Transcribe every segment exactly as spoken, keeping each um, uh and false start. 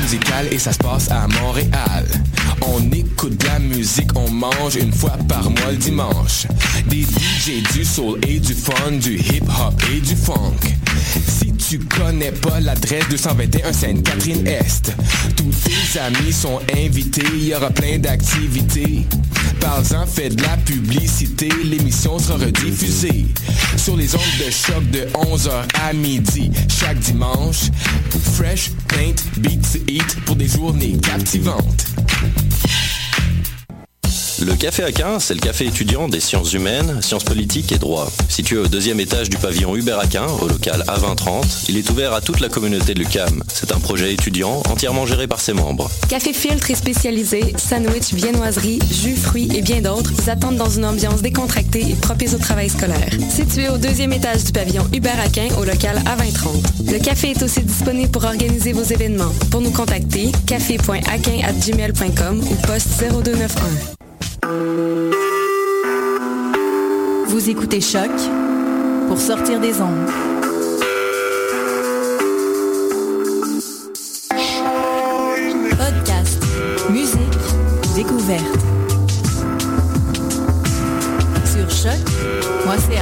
musicale et ça se passe à Montréal. On écoute de la musique, on mange une fois par mois le dimanche. Des D J, du soul et du fun, du hip-hop et du funk. Si tu connais pas l'adresse deux cent vingt et un Sainte-Catherine-Est, tous tes amis sont invités, il y aura plein d'activités. Parle-en, fais de la publicité, l'émission sera rediffusée sur les ondes de choc de onze heures à midi chaque dimanche. Fresh, paint, beat to eat pour des journées captivantes. Le Café Aquin, c'est le café étudiant des sciences humaines, sciences politiques et droit. Situé au deuxième étage du pavillon Hubert Aquin, au local A vingt trente, il est ouvert à toute la communauté de l'U Q A M. C'est un projet étudiant entièrement géré par ses membres. Café filtre et spécialisé, sandwich, viennoiserie, jus, fruits et bien d'autres vous attendent dans une ambiance décontractée et propice au travail scolaire. Situé au deuxième étage du pavillon Hubert Aquin, au local A vingt trente. Le café est aussi disponible pour organiser vos événements. Pour nous contacter, café point aquin arobase gmail point com ou poste zéro deux neuf un. Vous écoutez Choc pour sortir des ondes. Podcast, musique, découverte. Sur choc point c a.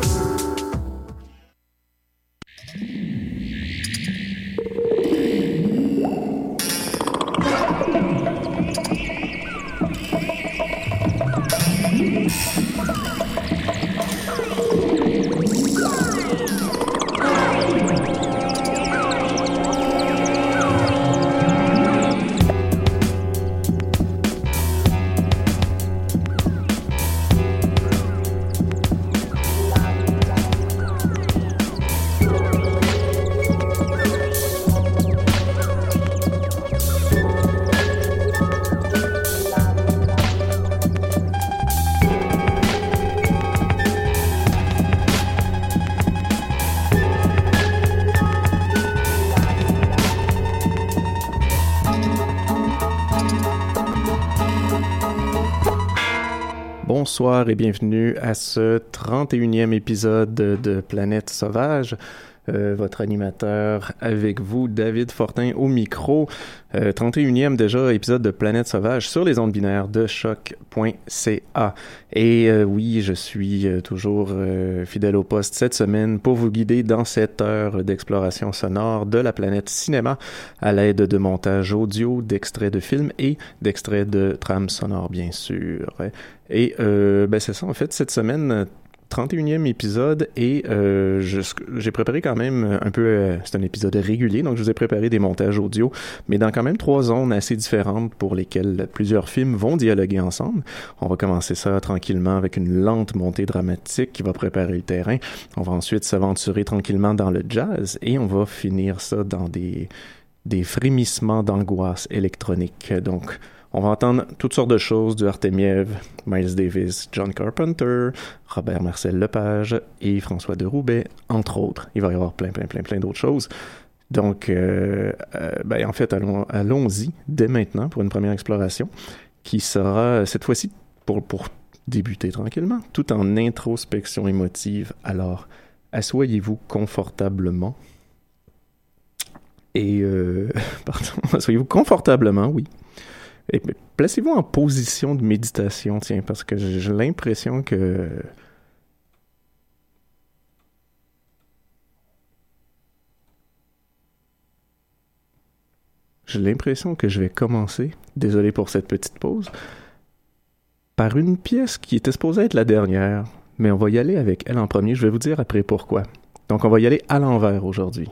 Bonsoir et bienvenue à ce trente et unième épisode de Planète Sauvage. Euh, votre animateur avec vous, David Fortin, au micro. Euh, trente et unième déjà épisode de Planète Sauvage sur les ondes binaires de choc point c a. Et euh, oui, je suis euh, toujours euh, fidèle au poste cette semaine pour vous guider dans cette heure d'exploration sonore de la planète cinéma à l'aide de montage audio, d'extraits de films et d'extraits de trames sonores, bien sûr. Et euh, ben c'est ça, en fait, cette semaine... trente et unième épisode et euh, je, j'ai préparé quand même un peu, euh, c'est un épisode régulier, donc je vous ai préparé des montages audio, mais dans quand même trois zones assez différentes pour lesquelles plusieurs films vont dialoguer ensemble. On va commencer ça tranquillement avec une lente montée dramatique qui va préparer le terrain. On va ensuite s'aventurer tranquillement dans le jazz et on va finir ça dans des, des frémissements d'angoisse électronique. Donc, on va entendre toutes sortes de choses, du Artemiev, Miles Davis, John Carpenter, Robert Marcel Lepage et François de Roubaix, entre autres. Il va y avoir plein, plein, plein, plein d'autres choses. Donc, euh, euh, ben, en fait, allons, allons-y dès maintenant pour une première exploration qui sera, cette fois-ci, pour, pour débuter tranquillement, tout en introspection émotive. Alors, assoyez-vous confortablement. Et, euh, pardon, assoyez-vous confortablement, oui. Et placez-vous en position de méditation, tiens, parce que j'ai l'impression que... J'ai l'impression que je vais commencer, désolé pour cette petite pause, par une pièce qui était supposée être la dernière, mais on va y aller avec elle en premier, je vais vous dire après pourquoi. Donc on va y aller à l'envers aujourd'hui.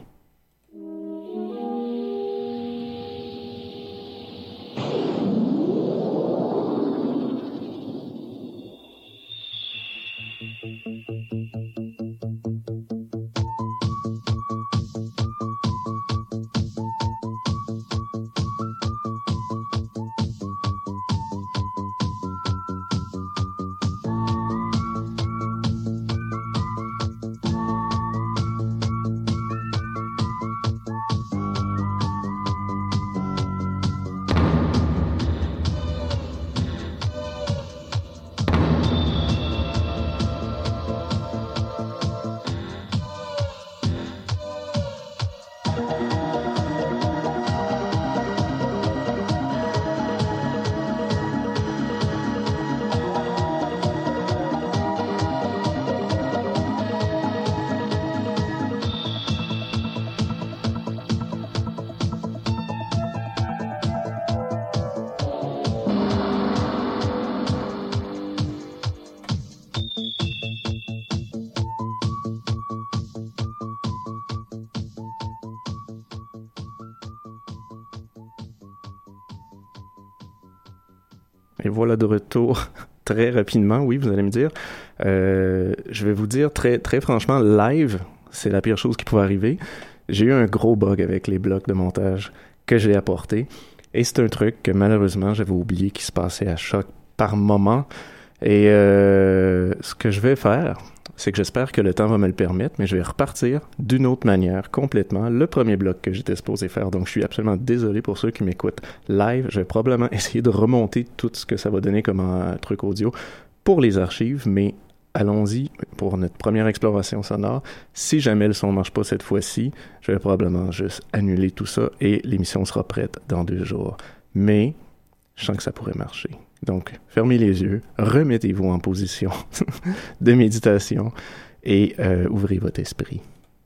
Et voilà de retour très rapidement, oui, vous allez me dire. Euh, je vais vous dire très, très franchement, live, c'est la pire chose qui pouvait arriver. J'ai eu un gros bug avec les blocs de montage que j'ai apportés. Et c'est un truc que malheureusement, j'avais oublié qui se passait à Choc par moment. Et euh, ce que je vais faire, c'est que j'espère que le temps va me le permettre, mais je vais repartir d'une autre manière complètement le premier bloc que j'étais supposé faire. Donc, je suis absolument désolé pour ceux qui m'écoutent live. Je vais probablement essayer de remonter tout ce que ça va donner comme un truc audio pour les archives, mais allons-y pour notre première exploration sonore. Si jamais le son ne marche pas cette fois-ci, je vais probablement juste annuler tout ça et l'émission sera prête dans deux jours. Mais je sens que ça pourrait marcher. Donc, fermez les yeux, remettez-vous en position de méditation et euh, ouvrez votre esprit.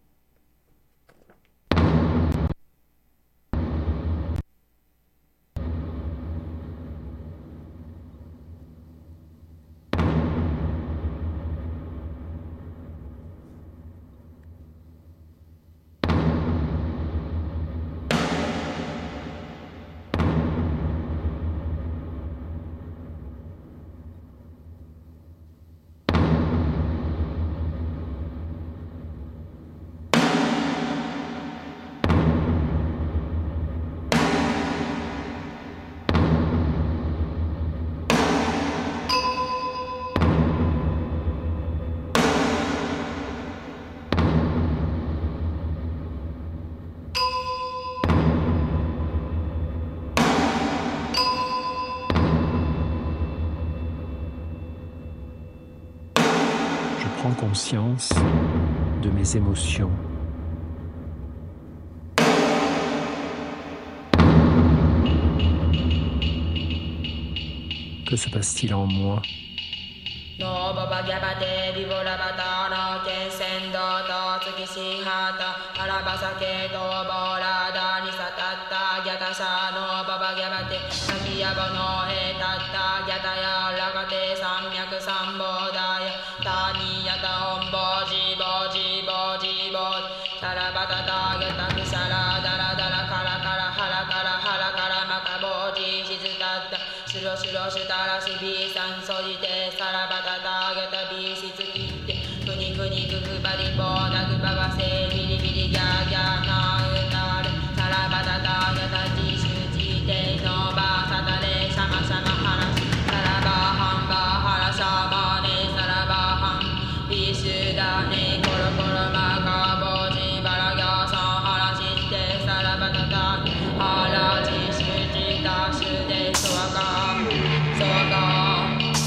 Conscience de mes émotions. Que se passe-t-il en moi? Soga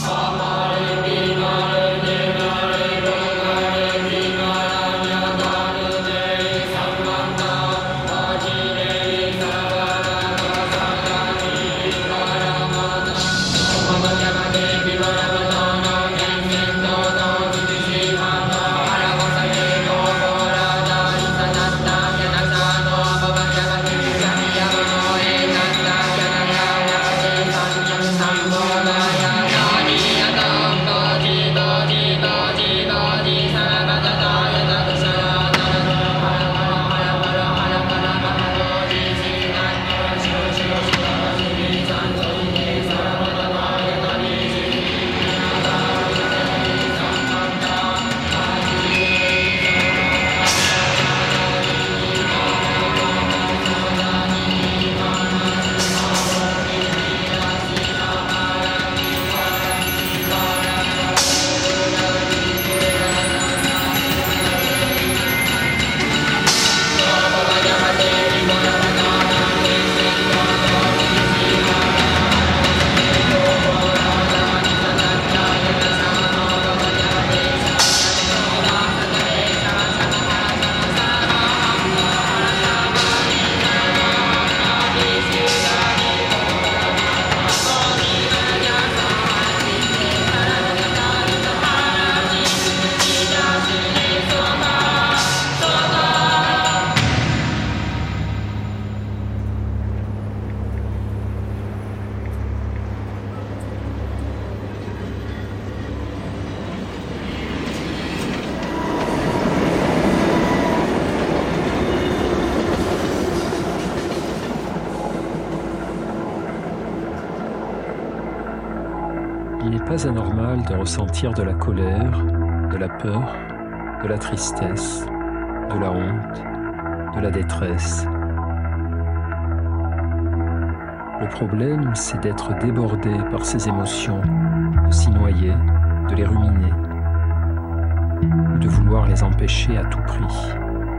pas anormal de ressentir de la colère, de la peur, de la tristesse, de la honte, de la détresse. Le problème, c'est d'être débordé par ces émotions, de s'y noyer, de les ruminer, ou de vouloir les empêcher à tout prix.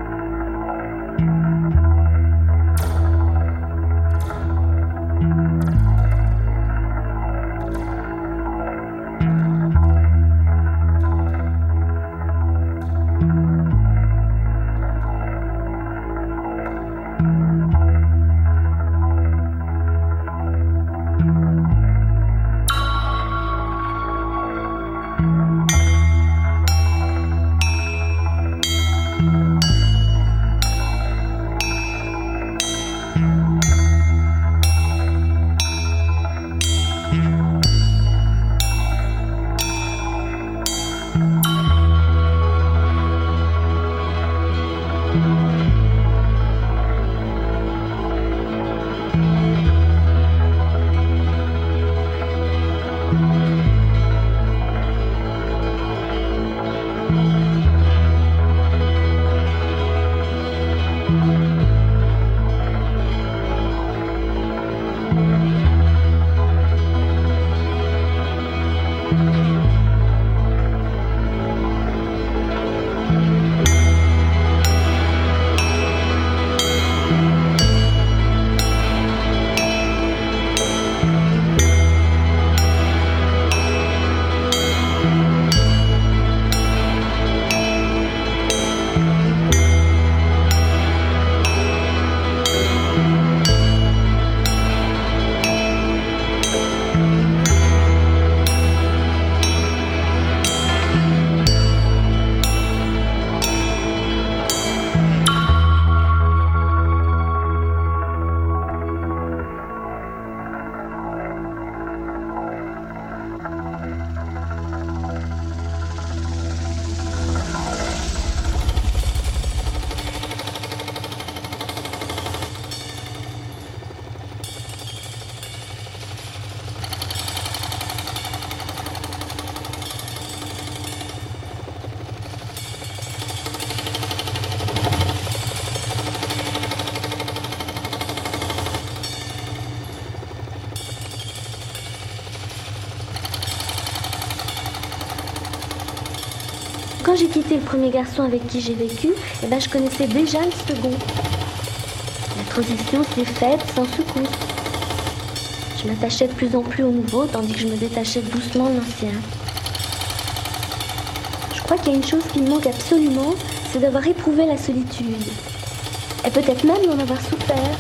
Quand j'ai quitté le premier garçon avec qui j'ai vécu, eh ben, je connaissais déjà le second. La transition s'est faite sans secousse. Je m'attachais de plus en plus au nouveau, tandis que je me détachais doucement de l'ancien. Je crois qu'il y a une chose qui me manque absolument, c'est d'avoir éprouvé la solitude. Et peut-être même d'en avoir souffert.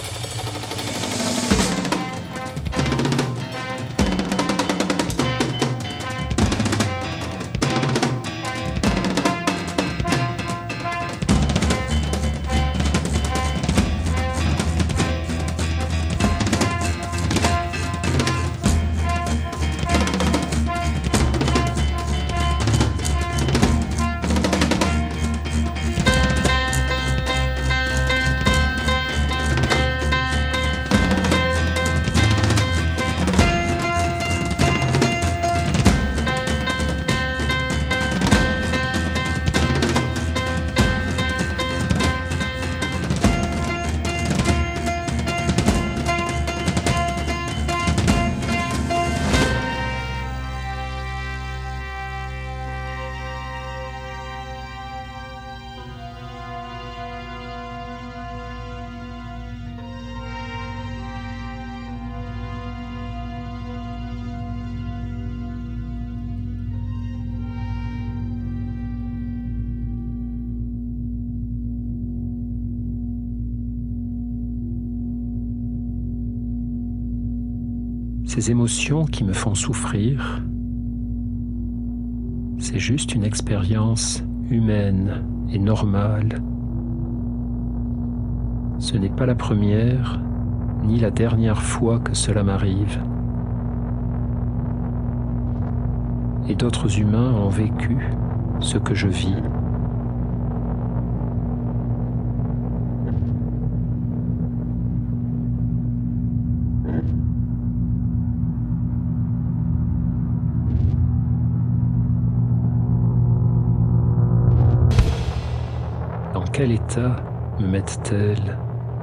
Ces émotions qui me font souffrir, c'est juste une expérience humaine et normale. Ce n'est pas la première ni la dernière fois que cela m'arrive. Et d'autres humains ont vécu ce que je vis. quel état me mettent-elles ?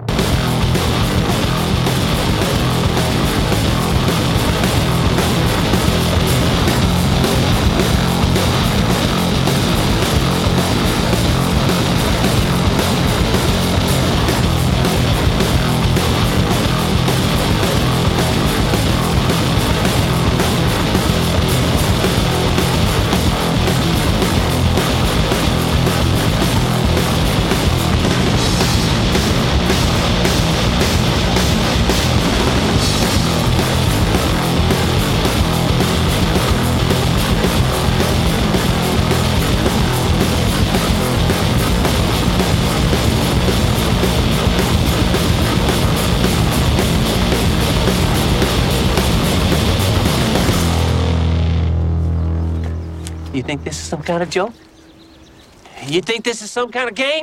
You think this is some kind of joke? You think this is some kind of game?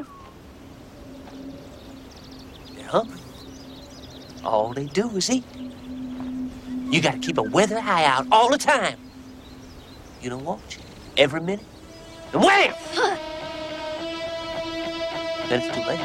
They're hungry. All they do is eat. You gotta keep a weather eye out all the time. You don't watch every minute. And wham! Then it's too late.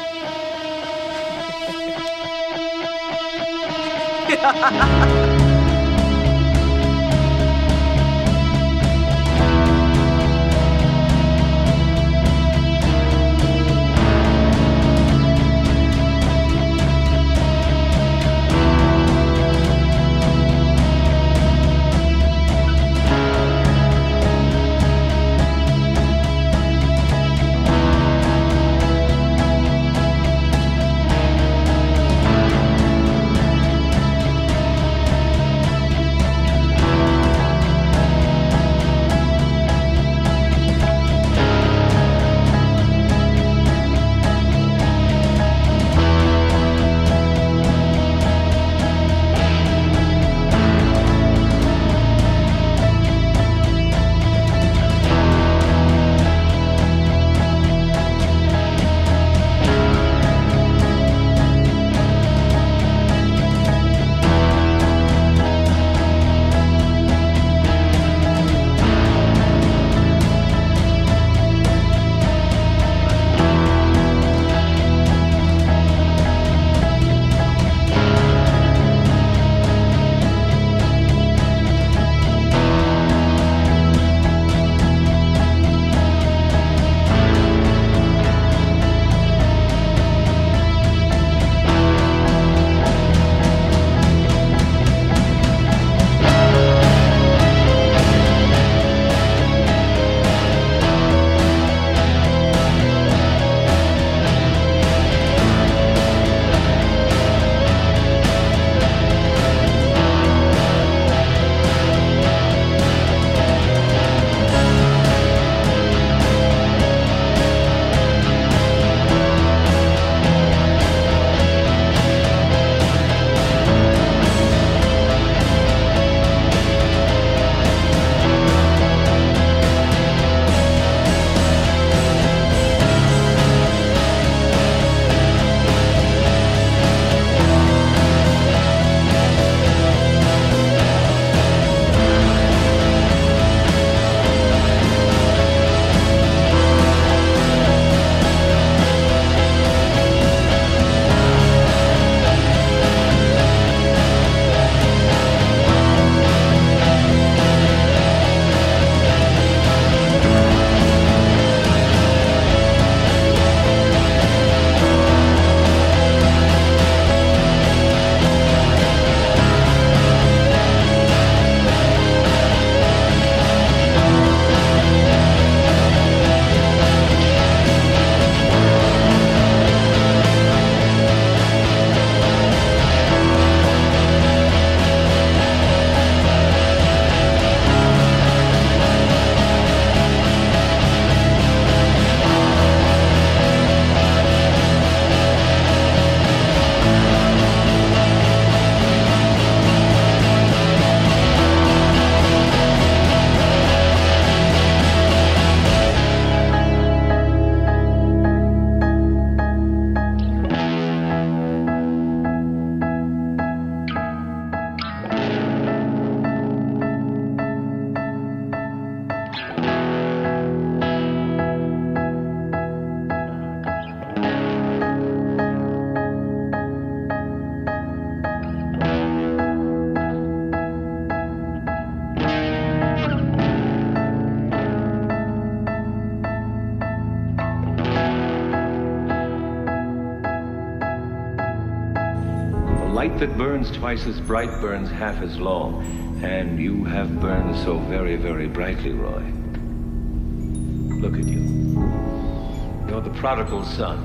light that burns twice as bright burns half as long. And you have burned so very, very brightly, Roy. Look at you. You're the prodigal son.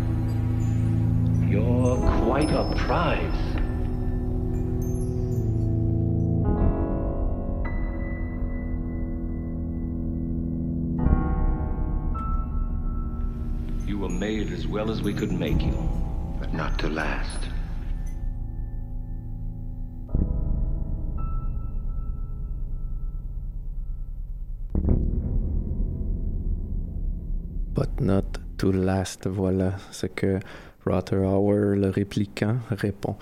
You're quite a prize. You were made as well as we could make you, but not to last. But not to last, voilà ce que Rutter Hauer, le répliquant, répond.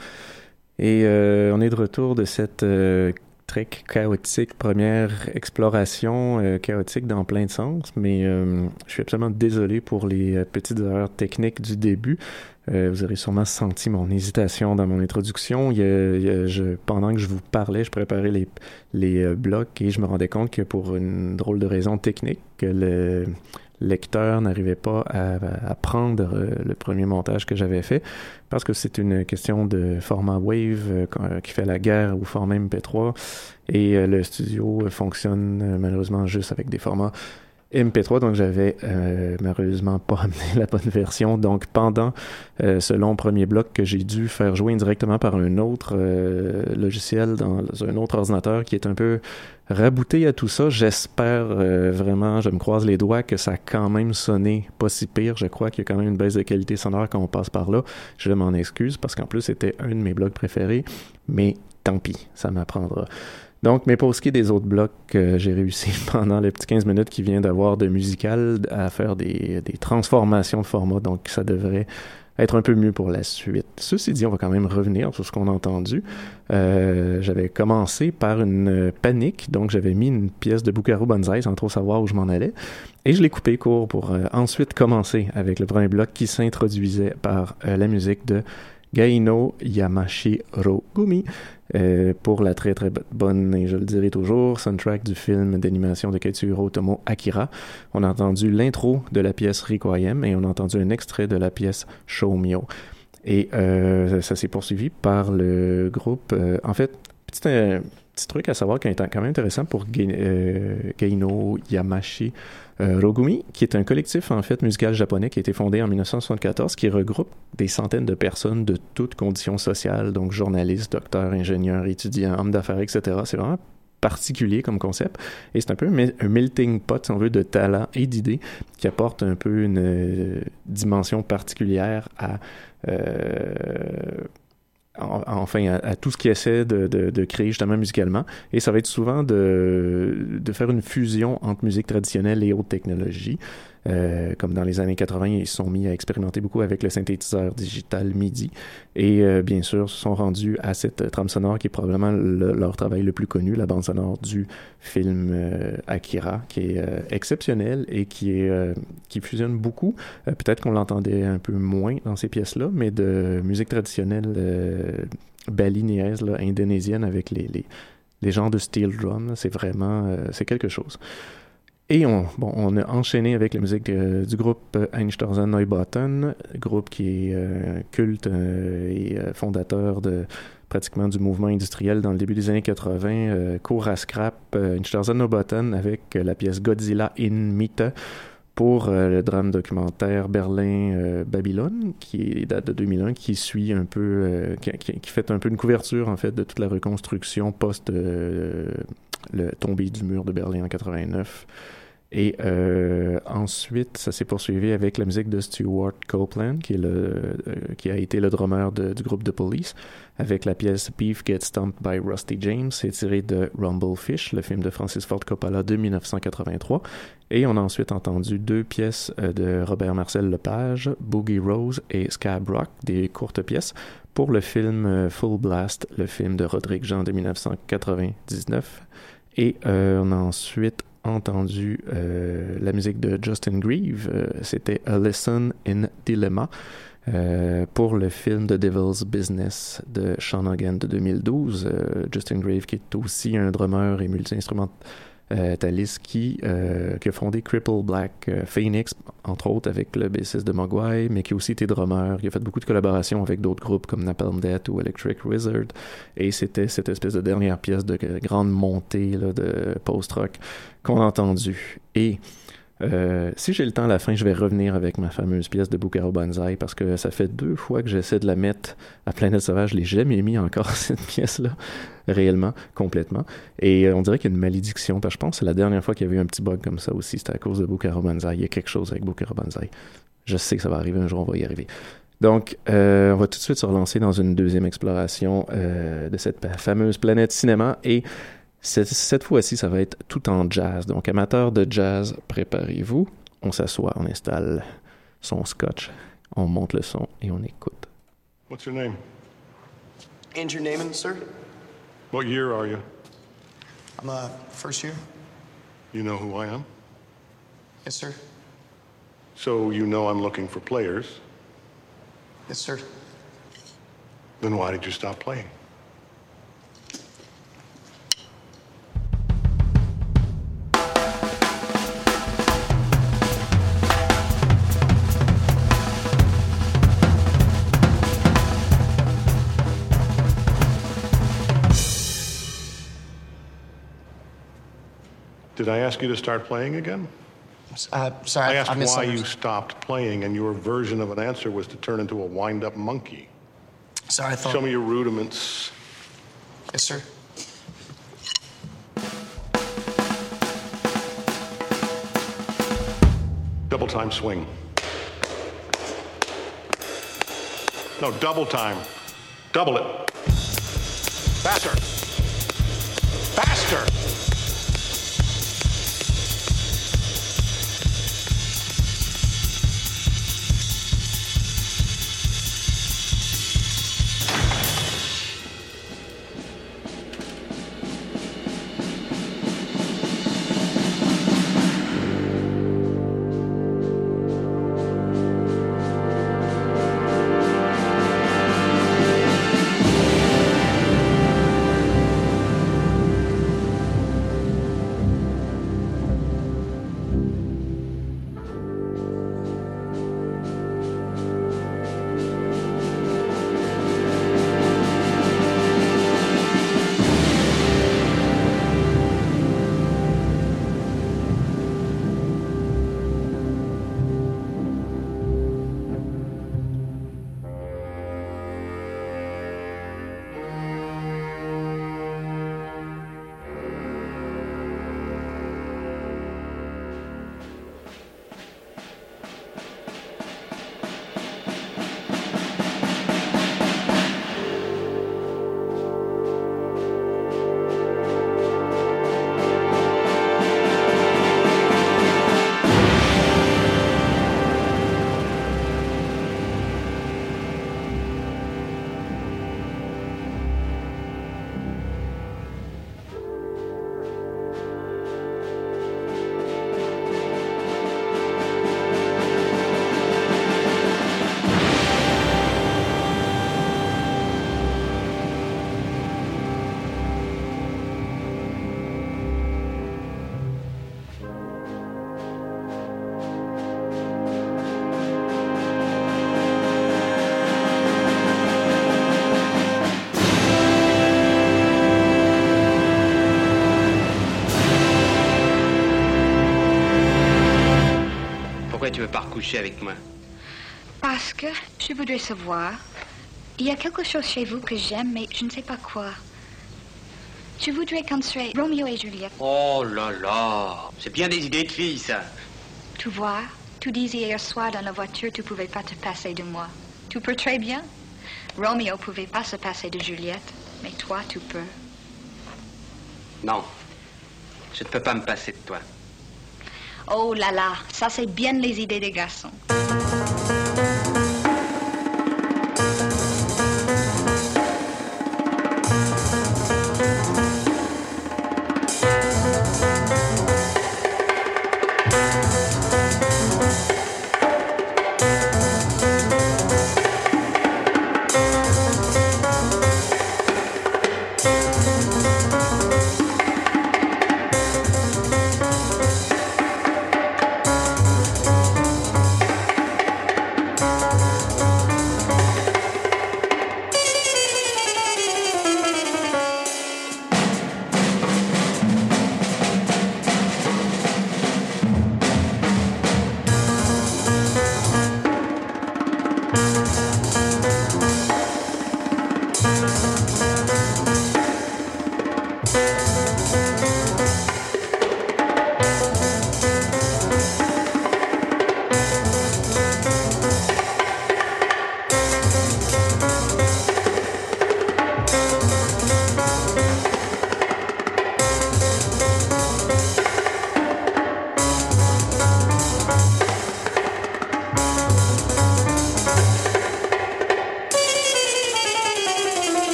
Et euh, on est de retour de cette euh, très chaotique première exploration, euh, chaotique dans plein de sens, mais euh, je suis absolument désolé pour les euh, petites erreurs techniques du début. Euh, vous aurez sûrement senti mon hésitation dans mon introduction. Il y a, il y a, je, pendant que je vous parlais, je préparais les, les euh, blocs et je me rendais compte que pour une drôle de raison technique, que le lecteur n'arrivait pas à, à prendre euh, le premier montage que j'avais fait parce que c'est une question de format Wave euh, qui fait la guerre au format M P trois et euh, le studio fonctionne euh, malheureusement juste avec des formats M P trois, donc j'avais euh, malheureusement pas amené la bonne version. Donc pendant euh, ce long premier bloc que j'ai dû faire jouer indirectement par un autre euh, logiciel dans un autre ordinateur qui est un peu rabouté à tout ça, j'espère euh, vraiment, je me croise les doigts que ça a quand même sonné pas si pire. Je crois qu'il y a quand même une baisse de qualité sonore quand on passe par là. Je m'en excuse parce qu'en plus c'était un de mes blocs préférés, mais tant pis, ça m'apprendra. Donc, mais pour ce qui est des autres blocs, euh, j'ai réussi pendant les petits quinze minutes qu'il vient d'avoir de musical à faire des, des transformations de format, donc ça devrait être un peu mieux pour la suite. Ceci dit, on va quand même revenir sur ce qu'on a entendu. Euh, j'avais commencé par une panique, donc j'avais mis une pièce de Bucaro Banzai sans trop savoir où je m'en allais, et je l'ai coupé court pour euh, ensuite commencer avec le premier bloc qui s'introduisait par euh, la musique de Gaino Yamashiro Gumi, euh, pour la très très bonne, et je le dirai toujours, soundtrack du film d'animation de Katsuhiro Otomo Akira. On a entendu l'intro de la pièce Requiem et on a entendu un extrait de la pièce Shomyo. Et euh, ça s'est poursuivi par le groupe... Euh, en fait, petit, euh, petit truc à savoir qui est quand même intéressant pour Ge- euh, Gaino Yamashi euh, Rogumi, qui est un collectif en fait musical japonais qui a été fondé en dix-neuf cent soixante-quatorze, qui regroupe des centaines de personnes de toutes conditions sociales, donc journalistes, docteurs, ingénieurs, étudiants, hommes d'affaires, et cetera. C'est vraiment particulier comme concept, et c'est un peu un melting pot, si on veut, de talents et d'idées qui apporte un peu une euh, dimension particulière à euh, enfin à, à tout ce qui essaie de, de, de créer justement musicalement, et ça va être souvent de, de faire une fusion entre musique traditionnelle et haute technologie. Euh, comme dans les années quatre-vingts, ils se sont mis à expérimenter beaucoup avec le synthétiseur digital MIDI, et euh, bien sûr se sont rendus à cette trame sonore qui est probablement le, leur travail le plus connu, la bande sonore du film euh, Akira, qui est euh, exceptionnelle et qui est euh, qui fusionne beaucoup. Euh, peut-être qu'on l'entendait un peu moins dans ces pièces-là, mais de musique traditionnelle euh, balinéaise, là, indonésienne, avec les, les, les genres de steel drum, là, c'est vraiment euh, c'est quelque chose. Et on, bon, on a enchaîné avec la musique euh, du groupe euh, Einstürzen Neubauten, groupe qui est euh, culte euh, et euh, fondateur de pratiquement du mouvement industriel dans le début des années quatre-vingts, euh, court à scrap, euh, Einstürzen Neubauten avec euh, la pièce Godzilla in Mitte pour euh, le drame documentaire Berlin-Babylone, euh, qui date de deux mille un, qui suit un peu, euh, qui, qui, qui fait un peu une couverture en fait de toute la reconstruction post euh, le tombé du mur de Berlin en quatre-vingt-neuf. Et euh, ensuite, ça s'est poursuivi avec la musique de Stuart Copeland, qui, est le, euh, qui a été le drummer de, du groupe The Police, avec la pièce Beef Gets Stomped by Rusty James. C'est tiré de Rumblefish, le film de Francis Ford Coppola de dix-neuf cent quatre-vingt-trois. Et on a ensuite entendu deux pièces de Robert Marcel Lepage, Boogie Rose et Scab Rock, des courtes pièces, pour le film Full Blast, le film de Roderick Jean de dix-neuf cent quatre-vingt-dix-neuf. Et euh, on a ensuite entendu euh, la musique de Justin Grieve, euh, c'était A Lesson in Dilemma, euh, pour le film The Devil's Business de Sean Hogan de deux mille douze. Euh, Justin Grieve qui est aussi un drummer et multi-instrument, euh, Thalys, qui, euh, qui a fondé Cripple Black euh, Phoenix, entre autres avec le bassiste de Mogwai, mais qui a aussi été drummer. Il a fait beaucoup de collaborations avec d'autres groupes comme Napalm Death ou Electric Wizard. Et c'était cette espèce de dernière pièce de grande montée là, de post-rock qu'on a entendue. Et Euh, si j'ai le temps à la fin, je vais revenir avec ma fameuse pièce de Bucaro Banzai parce que ça fait deux fois que j'essaie de la mettre à Planète Sauvage. Je l'ai jamais mis encore, cette pièce-là, réellement, complètement. Et euh, on dirait qu'il y a une malédiction, parce que je pense que c'est la dernière fois qu'il y avait eu un petit bug comme ça aussi. C'était à cause de Bucaro Banzai. Il y a quelque chose avec Bucaro Banzai. Je sais que ça va arriver un jour, on va y arriver. Donc, euh, on va tout de suite se relancer dans une deuxième exploration euh, de cette fameuse planète cinéma. Et Cette, cette fois-ci, ça va être tout en jazz. Donc, amateurs de jazz, préparez-vous. On s'assoit, on installe son scotch, on monte le son et on écoute. What's your name? Andrew Naiman, sir. What year are you? I'm uh, first year. You know who I am? Yes, sir. So you know I'm looking for players? Yes, sir. Then why did you stop playing? Did I ask you to start playing again? Uh, sorry, I asked I why you stopped playing, and your version of an answer was to turn into a wind-up monkey. Sorry, I thought... Show me your rudiments. Yes, sir. Double time swing. No, double time. Double it. Faster. Faster. Tu veux pas recoucher avec moi? Parce que je voudrais savoir, il y a quelque chose chez vous que j'aime, mais je ne sais pas quoi. Je voudrais qu'on soit Roméo et Juliette. Oh là là, c'est bien des idées de filles, ça. Tu vois, tu disais hier soir dans la voiture, tu pouvais pas te passer de moi. Tu peux très bien. Roméo pouvait pas se passer de Juliette, mais toi, tu peux. Non, je ne peux pas me passer de toi. Oh là là, ça c'est bien les idées des garçons.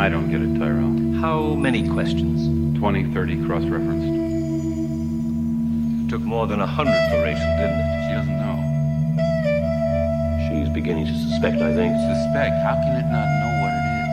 don't get it, Tyrell. How many questions? twenty, thirty, cross-referenced. Took more than a hundred for Rachel, didn't it? She doesn't know. She's beginning to suspect, I think. Suspect? How can it not know what it is?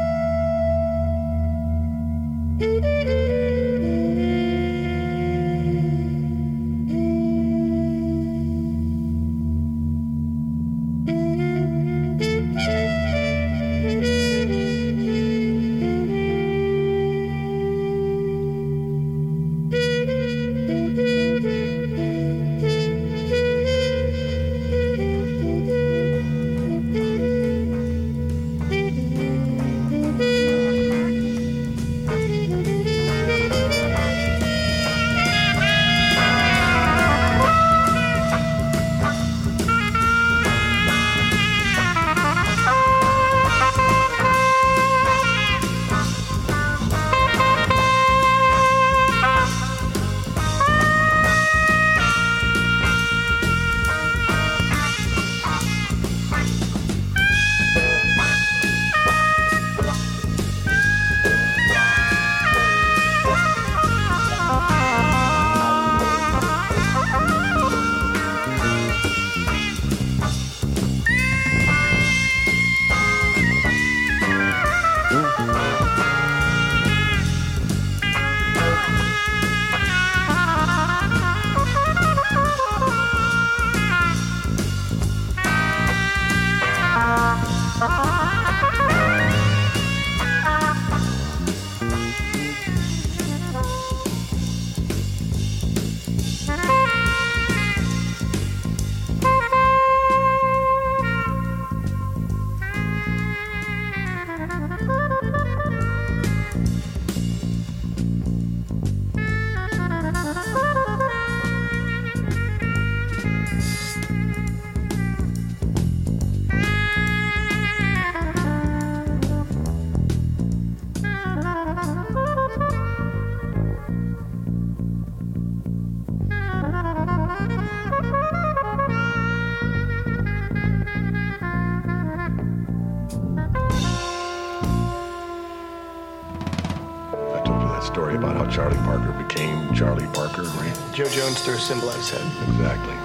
Story about how Charlie Parker became Charlie Parker, right? Joe Jones threw a cymbal at his head. Exactly.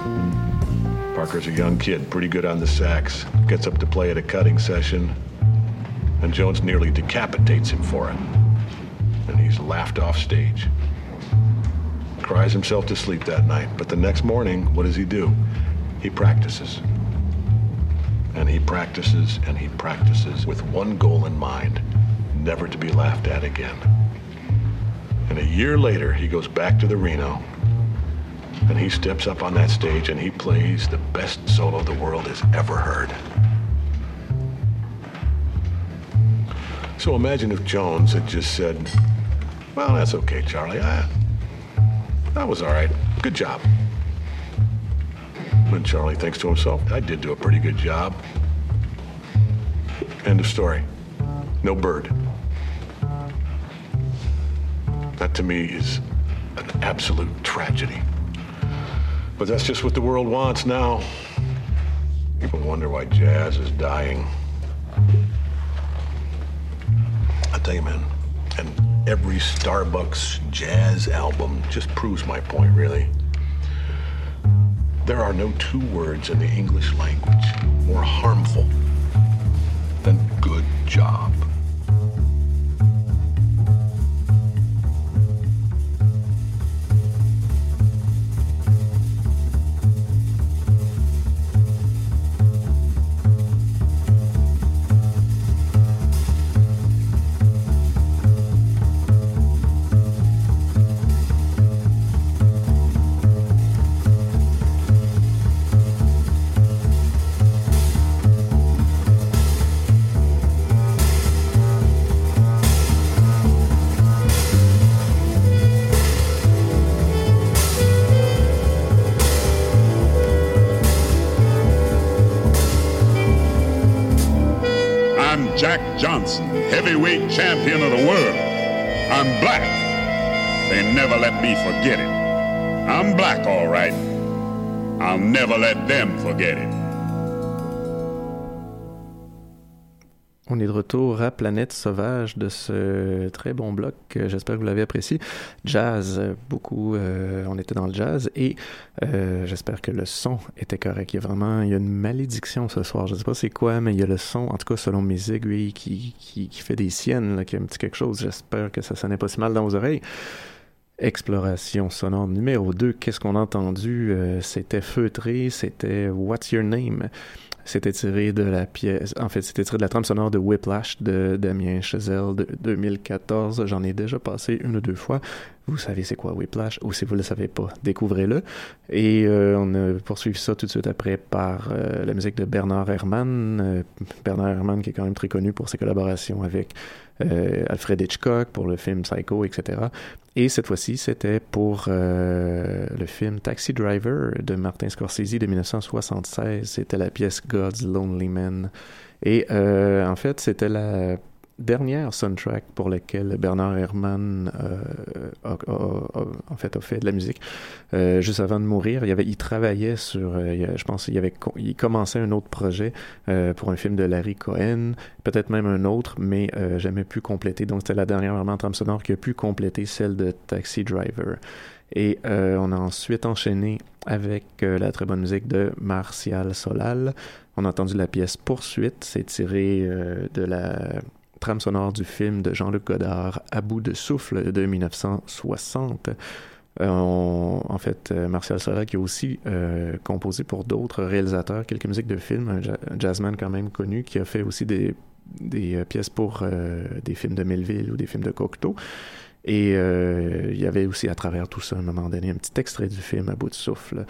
Parker's a young kid, pretty good on the sax, gets up to play at a cutting session, and Jones nearly decapitates him for it. And he's laughed off stage. Cries himself to sleep that night, but the next morning, what does he do? He practices. And he practices and he practices with one goal in mind, never to be laughed at again. And a year later, he goes back to the Reno, and he steps up on that stage and he plays the best solo the world has ever heard. So imagine if Jones had just said, well, that's okay, Charlie. I, that was all right. Good job. And Charlie thinks to himself, I did do a pretty good job. End of story. No bird. That, to me, is an absolute tragedy. But that's just what the world wants now. People wonder why jazz is dying. I tell you, man, and every Starbucks jazz album just proves my point, really. There are no two words in the English language more harmful than good job. Jack Johnson, heavyweight champion of the world. I'm black. They never let me forget it. I'm black, all right. I'll never let them forget it. On est de retour à Planète Sauvage de ce très bon bloc. J'espère que vous l'avez apprécié. Jazz, beaucoup. Euh, on était dans le jazz et euh, j'espère que le son était correct. Il y a vraiment, il y a une malédiction ce soir. Je ne sais pas c'est quoi, mais il y a le son, en tout cas selon mes aiguilles, qui, qui, qui fait des siennes, là, qui a un petit quelque chose. J'espère que ça sonnait pas si mal dans vos oreilles. Exploration sonore numéro deux. Qu'est-ce qu'on a entendu? Euh, c'était Feutré, c'était What's Your Name? C'était tiré de la pièce, en fait, c'était tiré de la trame sonore de Whiplash de Damien Chazelle de deux mille quatorze. J'en ai déjà passé une ou deux fois. Vous savez c'est quoi Whiplash, ou si vous ne le savez pas, découvrez-le. Et euh, on a poursuivi ça tout de suite après par euh, la musique de Bernard Herrmann. Euh, Bernard Herrmann qui est quand même très connu pour ses collaborations avec euh, Alfred Hitchcock, pour le film Psycho, et cetera. Et cette fois-ci, c'était pour euh, le film Taxi Driver de Martin Scorsese de dix-neuf cent soixante-seize. C'était la pièce God's Lonely Man. Et euh, en fait, c'était la dernière soundtrack pour laquelle Bernard Herrmann euh, a, a, a, en fait, a fait de la musique. Euh, juste avant de mourir, il, avait, il travaillait sur, euh, il, je pense, il avait il commençait un autre projet euh, pour un film de Larry Cohen, peut-être même un autre, mais euh, jamais pu compléter. Donc c'était la dernière vraiment trame sonore qui a pu compléter celle de Taxi Driver. Et euh, on a ensuite enchaîné avec euh, la très bonne musique de Martial Solal. On a entendu la pièce Poursuite, c'est tiré euh, de la trame sonore du film de Jean-Luc Godard, À bout de souffle, de dix-neuf cent soixante. Euh, on, en fait, euh, Martial Solal qui a aussi euh, composé pour d'autres réalisateurs quelques musiques de films, un, ja- un jazzman quand même connu qui a fait aussi des, des euh, pièces pour euh, des films de Melville ou des films de Cocteau. Et euh, il y avait aussi à travers tout ça, à un moment donné, un petit extrait du film À bout de souffle.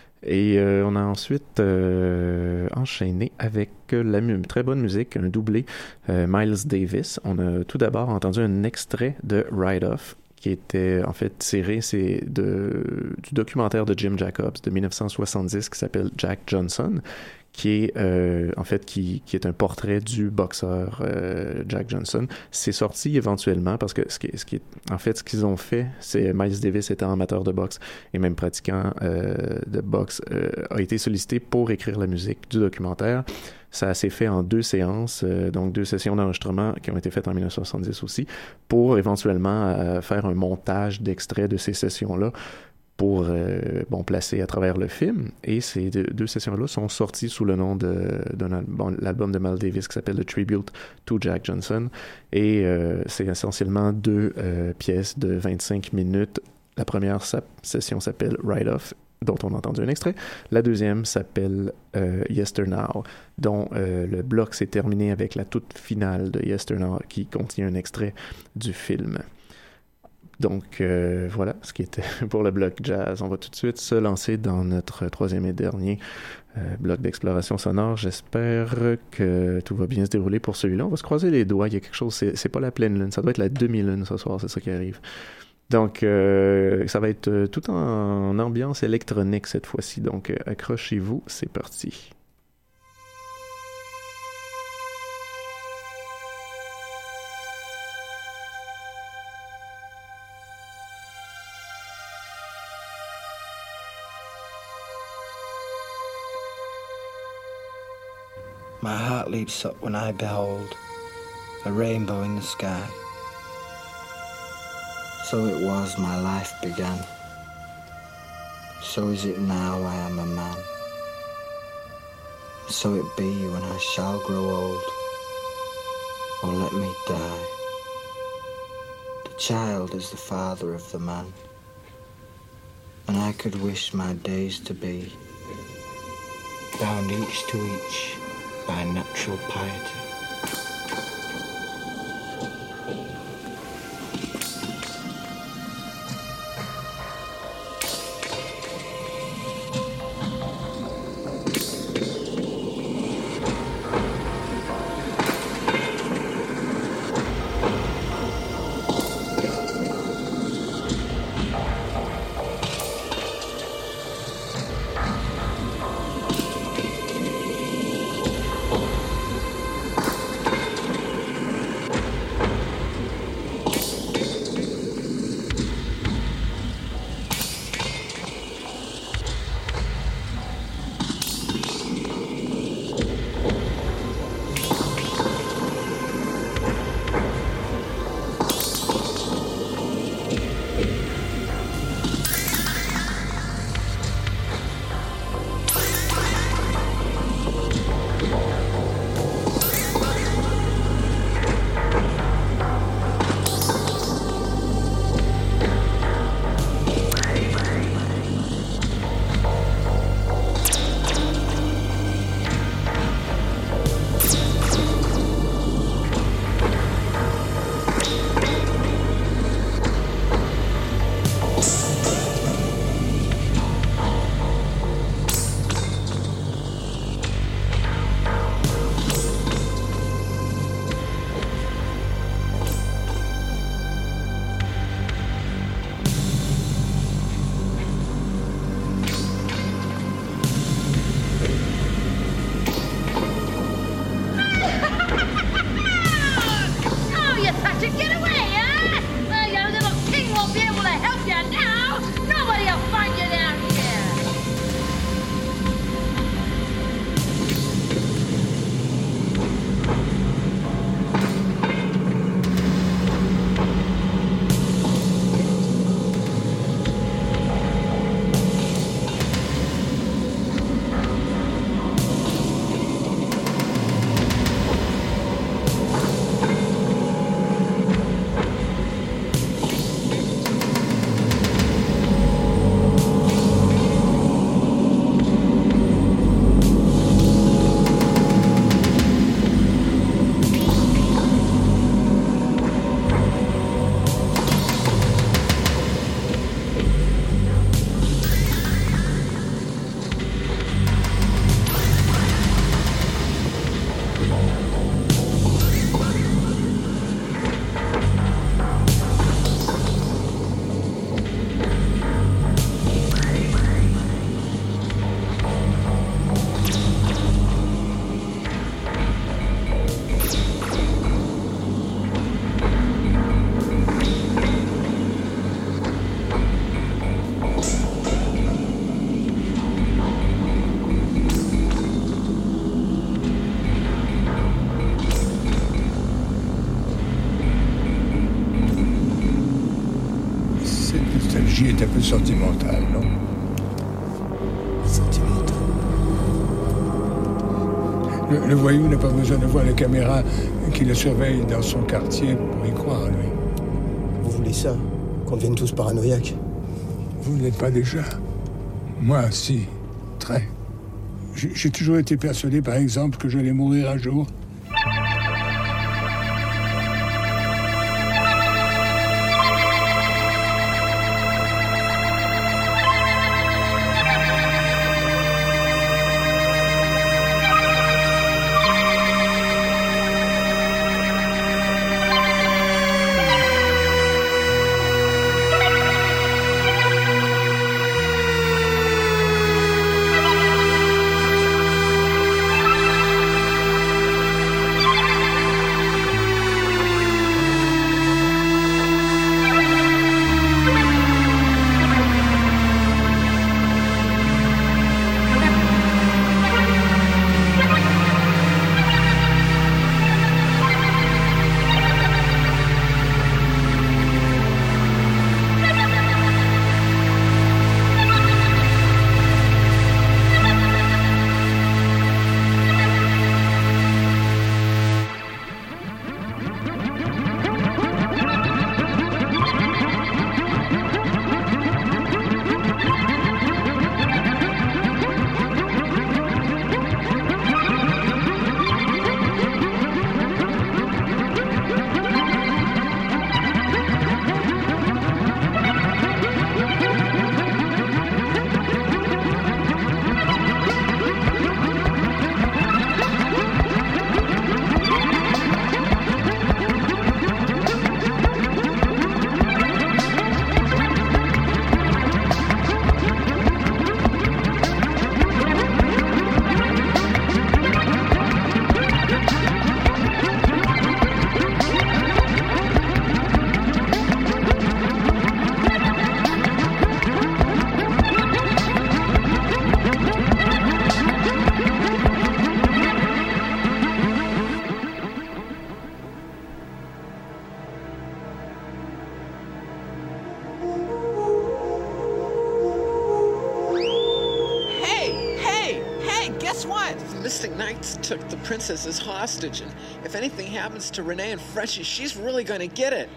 Et euh, on a ensuite euh, enchaîné avec la mu- très bonne musique, un doublé, euh, Miles Davis. On a tout d'abord entendu un extrait de Ride Off, qui était en fait tiré c'est de, du documentaire de Jim Jacobs de dix-neuf cent soixante-dix qui s'appelle Jack Johnson, qui est euh, en fait qui, qui est un portrait du boxeur euh, Jack Johnson. C'est sorti éventuellement parce que ce qui, ce qui est, en fait ce qu'ils ont fait, c'est Miles Davis étant amateur de boxe et même pratiquant euh, de boxe euh, a été sollicité pour écrire la musique du documentaire. Ça s'est fait en deux séances, euh, donc deux sessions d'enregistrement qui ont été faites en dix-neuf cent soixante-dix aussi, pour éventuellement euh, faire un montage d'extraits de ces sessions-là pour euh, bon, placer à travers le film. Et ces deux, deux sessions-là sont sorties sous le nom de, d'un album, l'album de Miles Davis qui s'appelle The Tribute to Jack Johnson. Et euh, c'est essentiellement deux euh, pièces de vingt-cinq minutes. La première sa- session s'appelle Ride Off, dont on a entendu un extrait. La deuxième s'appelle euh, Yesternow, dont euh, le bloc s'est terminé avec la toute finale de Yesternow qui contient un extrait du film. Donc euh, voilà ce qui était pour le bloc jazz. On va tout de suite se lancer dans notre troisième et dernier euh, bloc d'exploration sonore. J'espère que tout va bien se dérouler pour celui-là. On va se croiser les doigts. Il y a quelque chose, c'est, c'est pas la pleine lune, ça doit être la demi-lune ce soir, c'est ça qui arrive. Donc euh, ça va être euh, tout en ambiance électronique cette fois-ci. Donc euh, accrochez-vous, c'est parti. My heart leaps up when I behold a rainbow in the sky. So it was my life began. So is it now I am a man. So it be when I shall grow old, or let me die. The child is the father of the man, and I could wish my days to be bound each to each by natural piety. J est un peu sentimental, non? Sentimental. Le, le voyou n'a pas besoin de voir la caméra qui le surveille dans son quartier pour y croire, lui. Vous voulez ça? Qu'on devienne tous paranoïaques? Vous ne l'êtes pas déjà. Moi, si. Très. J'ai, j'ai toujours été persuadé, par exemple, que j'allais mourir un jour. Took the princess as hostage, and if anything happens to Renee and Freshy, she's really gonna get it.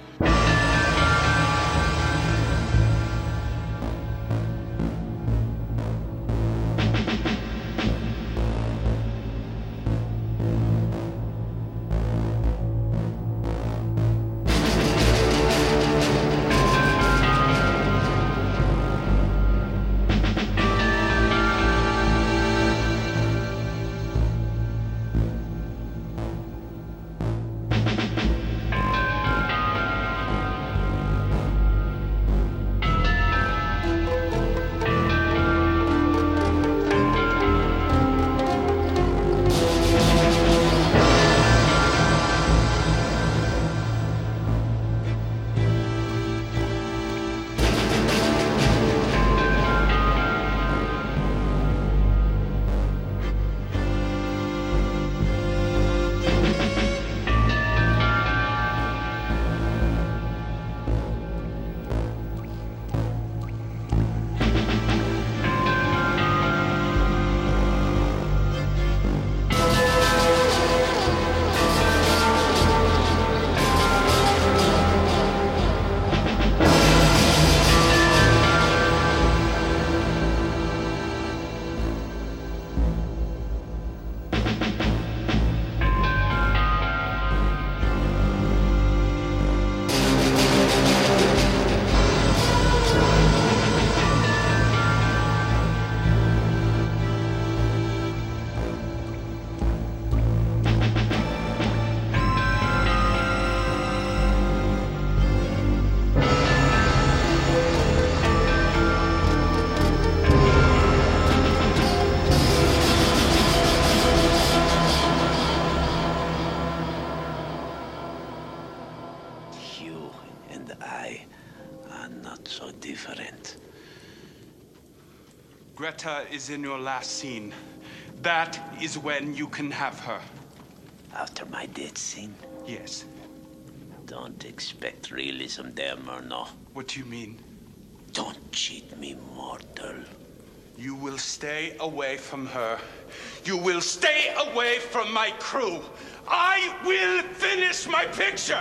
Greta is in your last scene. That is when you can have her. After my death scene? Yes. Don't expect realism there, Murnau. What do you mean? Don't cheat me, mortal. You will stay away from her. You will stay away from my crew. I will finish my picture.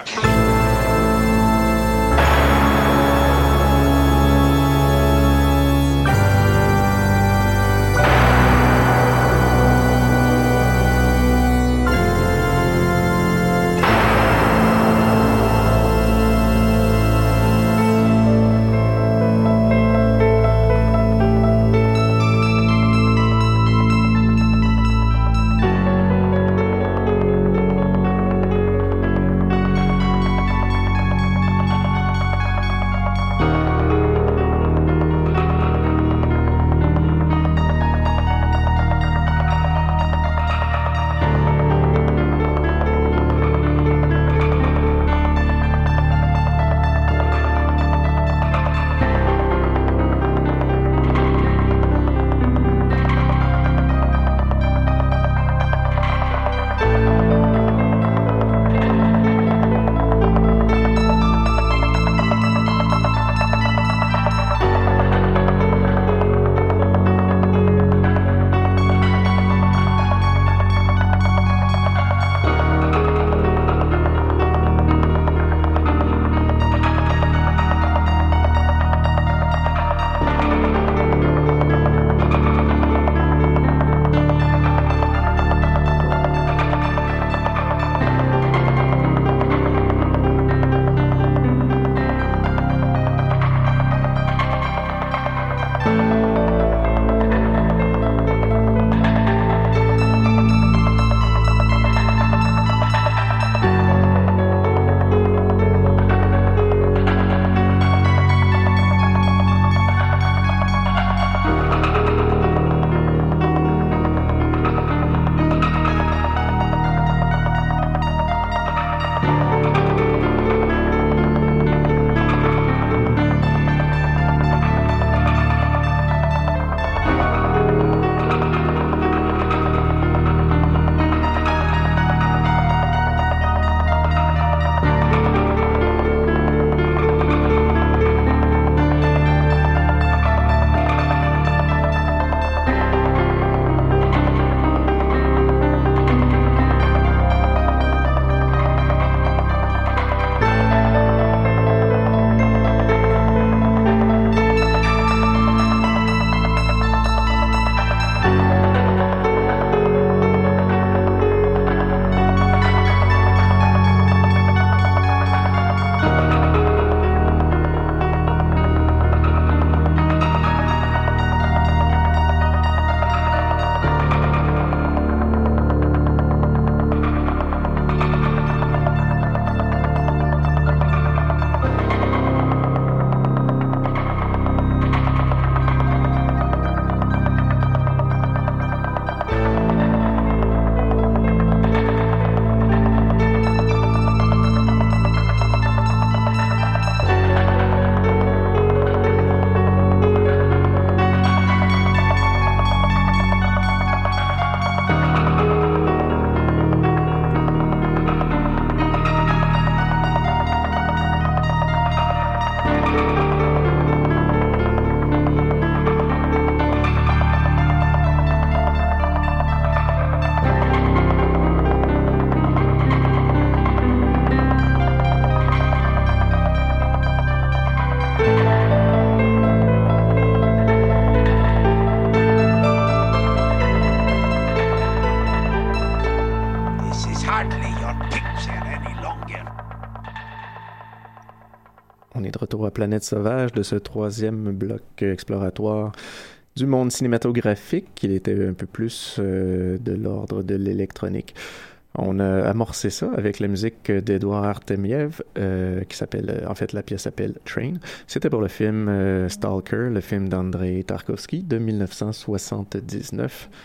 de retour à Planète Sauvage de ce troisième bloc exploratoire du monde cinématographique. Il était un peu plus euh, de l'ordre de l'électronique. On a amorcé ça avec la musique d'Edouard Artemiev, euh, qui s'appelle, en fait, la pièce s'appelle Train. C'était pour le film euh, Stalker, le film d'Andrei Tarkovsky de dix-neuf cent soixante-dix-neuf.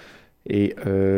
Et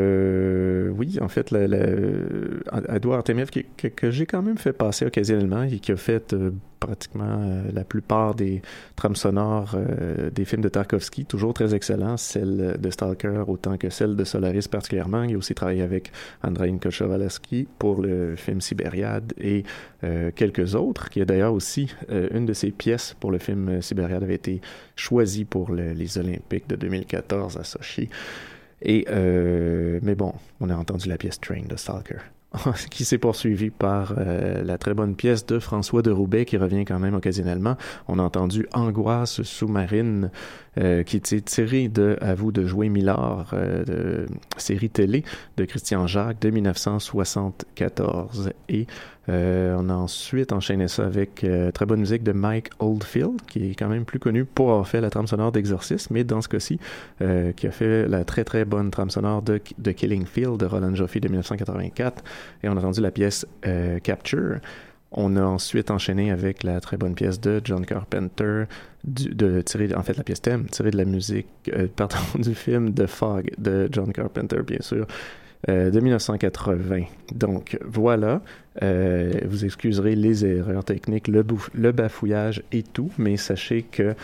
euh, oui, en fait, le, le, Edouard Artemiev, que, que, que j'ai quand même fait passer occasionnellement et qui a fait euh, pratiquement euh, la plupart des trames sonores euh, des films de Tarkovsky, toujours très excellents, celle de Stalker autant que celle de Solaris particulièrement. Il a aussi travaillé avec Andreï Kochovalevsky pour le film Sibériade et euh, quelques autres, qui a d'ailleurs aussi, euh, une de ses pièces pour le film Sibériade avait été choisie pour le, les Olympiques de deux mille quatorze à Sochi. Et, euh, mais bon, on a entendu la pièce Train de Stalker, qui s'est poursuivie par euh, la très bonne pièce de François de Roubaix, qui revient quand même occasionnellement. On a entendu Angoisse sous-marine, euh, qui était tirée de À vous de jouer Millard, euh, de série télé de Christian Jacques de dix-neuf cent soixante-quatorze. Et euh, on a ensuite enchaîné ça avec euh, très bonne musique de Mike Oldfield, qui est quand même plus connu pour avoir fait la trame sonore d'Exorciste, mais dans ce cas-ci, euh, qui a fait la très très bonne trame sonore de, de Killing Field de Roland Joffé de dix-neuf cent quatre-vingt-quatre. Et on a entendu la pièce euh, Capture. On a ensuite enchaîné avec la très bonne pièce de John Carpenter, du, de, tirée, en fait la pièce thème, tirée de la musique, euh, pardon, du film The Fog de John Carpenter, bien sûr, euh, de dix-neuf cent quatre-vingts. Donc voilà, euh, vous excuserez les erreurs techniques, le, bouf, le bafouillage et tout, mais sachez que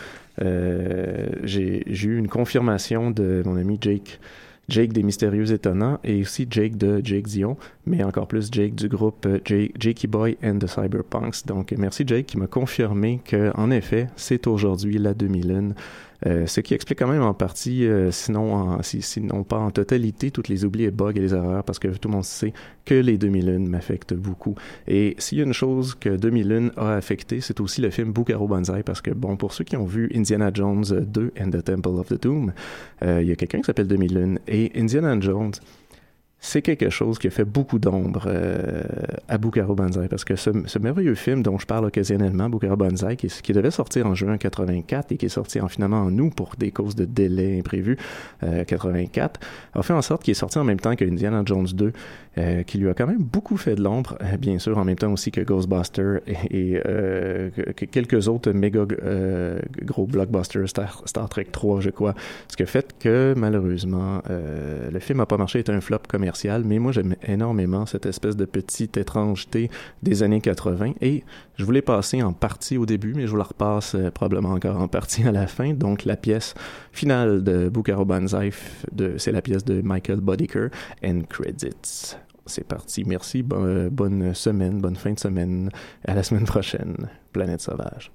euh, j'ai, j'ai eu une confirmation de mon ami Jake Jake des Mystérieux Étonnants et aussi Jake de Jake Dion, mais encore plus Jake du groupe Jake, Jakey Boy and the Cyberpunks. Donc merci Jake qui m'a confirmé que en effet c'est aujourd'hui la demi-lune. Euh, ce qui explique quand même en partie, euh, sinon, en, si, sinon pas en totalité, toutes les oublis et bugs et les erreurs, parce que tout le monde sait que les demi-lunes m'affectent beaucoup. Et s'il y a une chose que Demi-Lune a affecté, c'est aussi le film Buckaroo Banzai, parce que, bon, pour ceux qui ont vu Indiana Jones deux and the Temple of the Doom, euh, il y a quelqu'un qui s'appelle Demi-Lune, et Indiana Jones, c'est quelque chose qui a fait beaucoup d'ombre euh, à Buckaroo Banzai, parce que ce, ce merveilleux film dont je parle occasionnellement, Buckaroo Banzai, qui, qui devait sortir en juin quatre-vingt-quatre et qui est sorti en, finalement en août pour des causes de délai imprévus, euh, quatre-vingt-quatre, a fait en sorte qu'il est sorti en même temps que Indiana Jones deux, euh, qui lui a quand même beaucoup fait de l'ombre, euh, bien sûr en même temps aussi que Ghostbusters et, et euh, que quelques autres méga euh, gros blockbusters, Star, Star Trek trois, je crois, ce qui a fait que malheureusement euh, le film n'a pas marché, est un flop commercial. Mais moi j'aime énormément cette espèce de petite étrangeté des années quatre-vingts et je voulais passer en partie au début, mais je vous la repasse euh, probablement encore en partie à la fin. Donc la pièce finale de Buckaroo Banzai, de, c'est la pièce de Michael Bodiker, End Credits. C'est parti, merci, bon, bonne semaine, bonne fin de semaine, à la semaine prochaine, Planète Sauvage.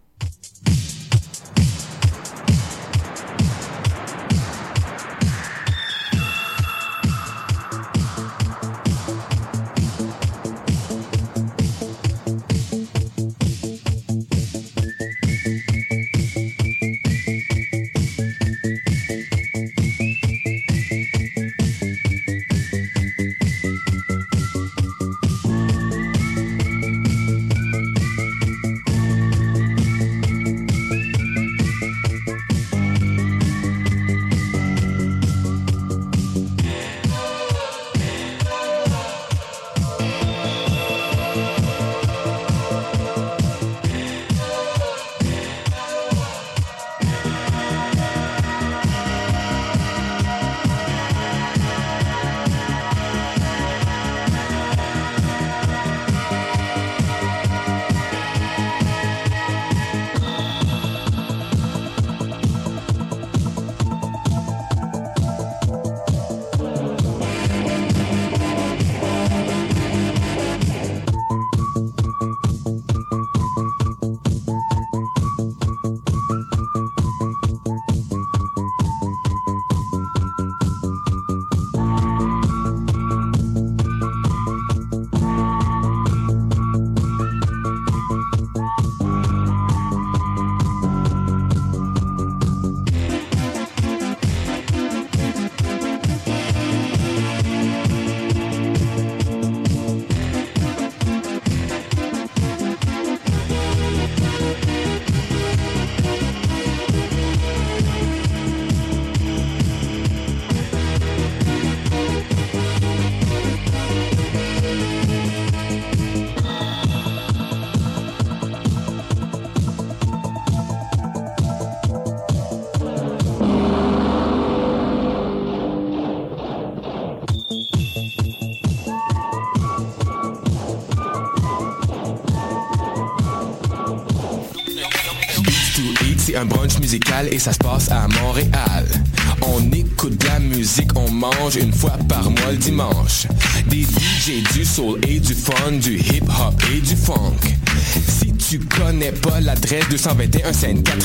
C'est un brunch musical et ça se passe à Montréal. On écoute de la musique, on mange une fois par mois le dimanche. Des D J, du soul et du fun, du hip-hop et du funk. Si tu connais pas l'adresse deux cent vingt et un Sainte-Catherine,